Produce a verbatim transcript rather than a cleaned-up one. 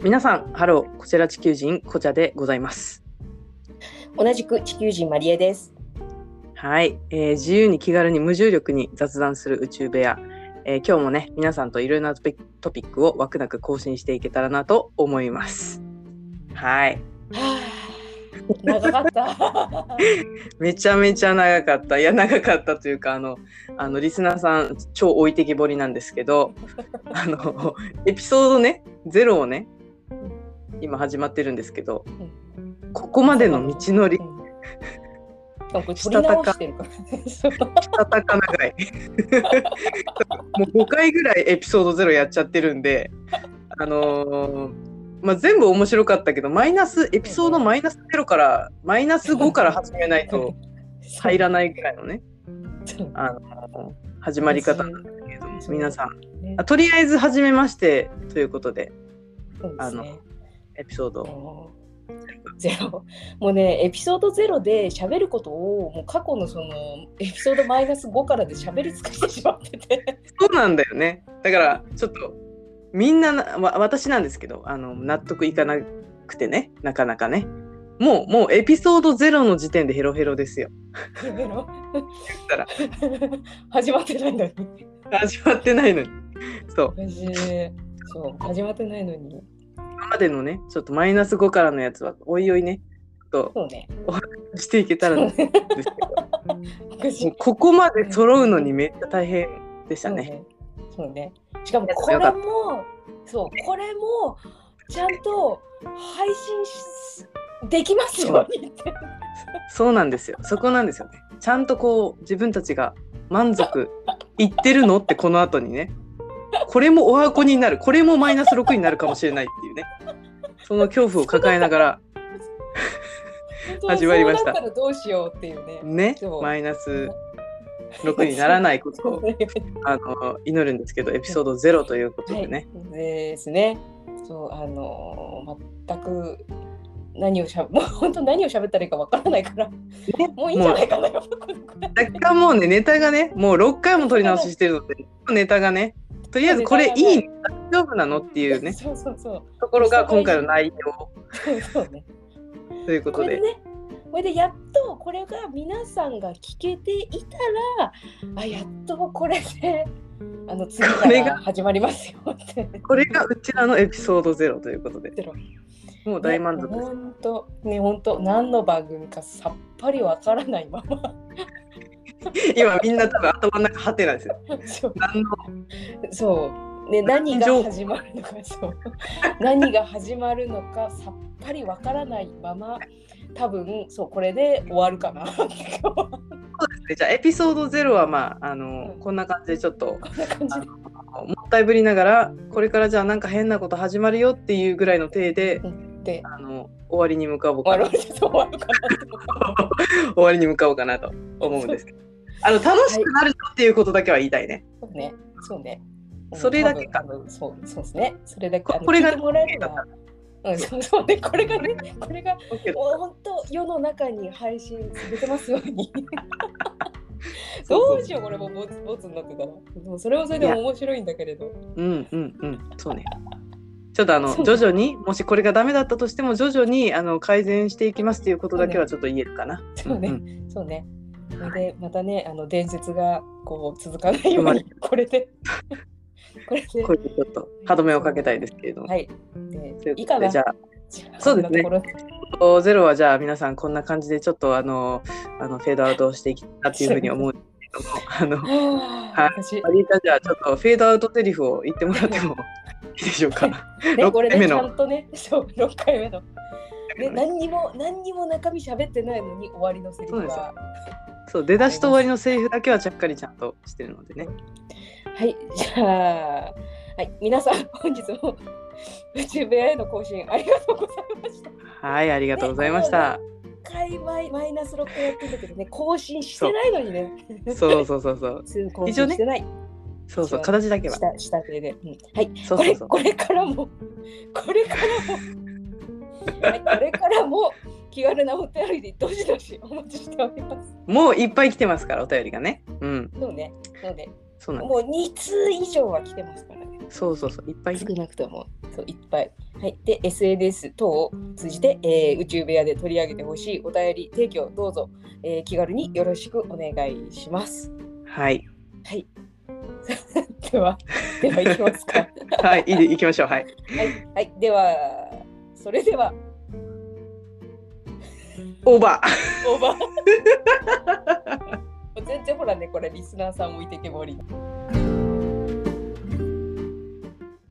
皆さんハロー、こちら地球人こちゃでございます。 同じく地球人マリエです。 はい、えー、自由に気軽に無重力に雑談する宇宙部屋、えー、今日もね皆さんといろいろなトピトピックを枠なく更新していけたらなと思います。はい。 はあ、長かっためちゃめちゃ長かった。いや長かったというかあのあのリスナーさん超置いてきぼりなんですけどあのエピソードねゼロをね今始まってるんですけど、うん、ここまでの道のり、うんしたたかしたたか長いもうごかいぐらいエピソードゼロやっちゃってるんであのー、まあ全部面白かったけどマイナスエピソードマイナスゼロからマイナスごから始めないと入らないぐらいのねあのー、始まり方なんですけど皆さんとりあえず初めましてということであのエピソードゼロもうねエピソードゼロで喋ることをもう過去のそのエピソードマイナスごからで喋り尽くしてしまっててそうなんだよね。だからちょっとみんなな、ま、私なんですけどあの納得いかなくてねなかなかねもうもうエピソードゼロの時点でヘロヘロですよ。 ヘロヘロ言ったら始まってないのに始まってないのにそうそう始まってないのに今までのねちょっとマイナスごからのやつはおいおいねちょっとお話ししていけたらですけどもうここまで揃うのにめっちゃ大変でしたね。 そうね、そうね。しかもこれもそうこれもちゃんと配信できますようにってそうなんですよ。そこなんですよね。ちゃんとこう自分たちが満足いってるのってこの後にねこれもお箱になるこれもマイナスろくになるかもしれないっていうねその恐怖を抱えながら始まりました。 そうだったらどうしようっていうね。ねマイナスろくにならないことをあの祈るんですけどエピソードゼロということでね、 はい、ですね。そうあの全く何をしゃもう本当何を喋ったらいいかわからないから、ね、もういいんじゃないかなよ。 若干もうねネタがねもうろっかいも撮り直ししてるのでネタがねとりあえずこれいい、ね、大丈夫なのっていうねそうそうそうところが今回の内容そうそう、ね、 ということでこれでねこれでやっとこれが皆さんが聞けていたらあやっとこれであの次から始まりますよってこれがうちらのエピソードゼロということでもう大満足です。 本当ね本当何の番組かさっぱりわからないまま今みんな多分頭の中ハテナですよ。 そう何のそうね何が始まるのかそう何が始まるのかさっぱりわからないまま多分そうこれで終わるかな。そうですね。じゃあエピソードゼロはまああの、うん、こんな感じでちょっとこんな感じでもったいぶりながらこれからじゃあなんか変なこと始まるよっていうぐらいの体で、うん、であの終わりに向かおうかな終わりに向かおうかなと思うんですけどあの楽しくなるよっていうことだけは言いたいね。 そうねそうねそれだけかそうそうですねそれだけここれが聞いてもらえればうん、そうそうね、これがね、これが本当世の中に配信されてますように。どうしようこれもボツボツになってたら、もうそれはそれでも面白いんだけれど。 うんうんうん、そうね。ちょっとあの徐々にもしこれがダメだったとしても徐々にあの改善していきますということだけはちょっと言えるかな。 そうね、うんうん、そうね。でまたねあの伝説がこう続かないようにこれで。 これでちょっと歯止めをかけたいですけれども。 はい。でいいかな。 じゃあそうですね。ゼロはじゃあ皆さんこんな感じでちょっとあのあのフェードアウトしていきたっていうふうに思うんですけども、あのはい。マリーちゃんじゃあちょっとフェードアウトセリフを言ってもらってもいいでしょうか。 ねこれねちゃんとねそうろっかいめの。ね何にも何にも中身喋ってないのに終わりのセリフは。 そう出だしと終わりのセリフだけはちゃっかりちゃんとしてるのでね。 はいじゃあ、はい、皆さん本日も宇宙部屋への更新ありがとうございました。 はいありがとうございました。 回マイナスろっかいやってんだけどね更新してないのにね。 そうそうそうそうそう。 更新してない。 そうそう形だけは。 下下手で、うん、はいそうそうそうこれこれからもこれからもはいこれからも気軽なお便りでどしどしお待ちしております。 もういっぱい来てますからお便りがね。うん。 そうねそうね。 そうなんもうに通以上は来てますからね。 そうそうそう、いっぱい少なくともそういっぱい。はい、で エスエヌエス 等を通じて、えー、宇宙部屋で取り上げてほしいお便り提供どうぞ、えー、気軽によろしくお願いします。 はい。 はい。ではでは行きますか。 はい、いいで行きましょう。はい。 はいはい、ではそれではオーバー。オーバー。全然ほらねこれリスナーさん置いてけぼり。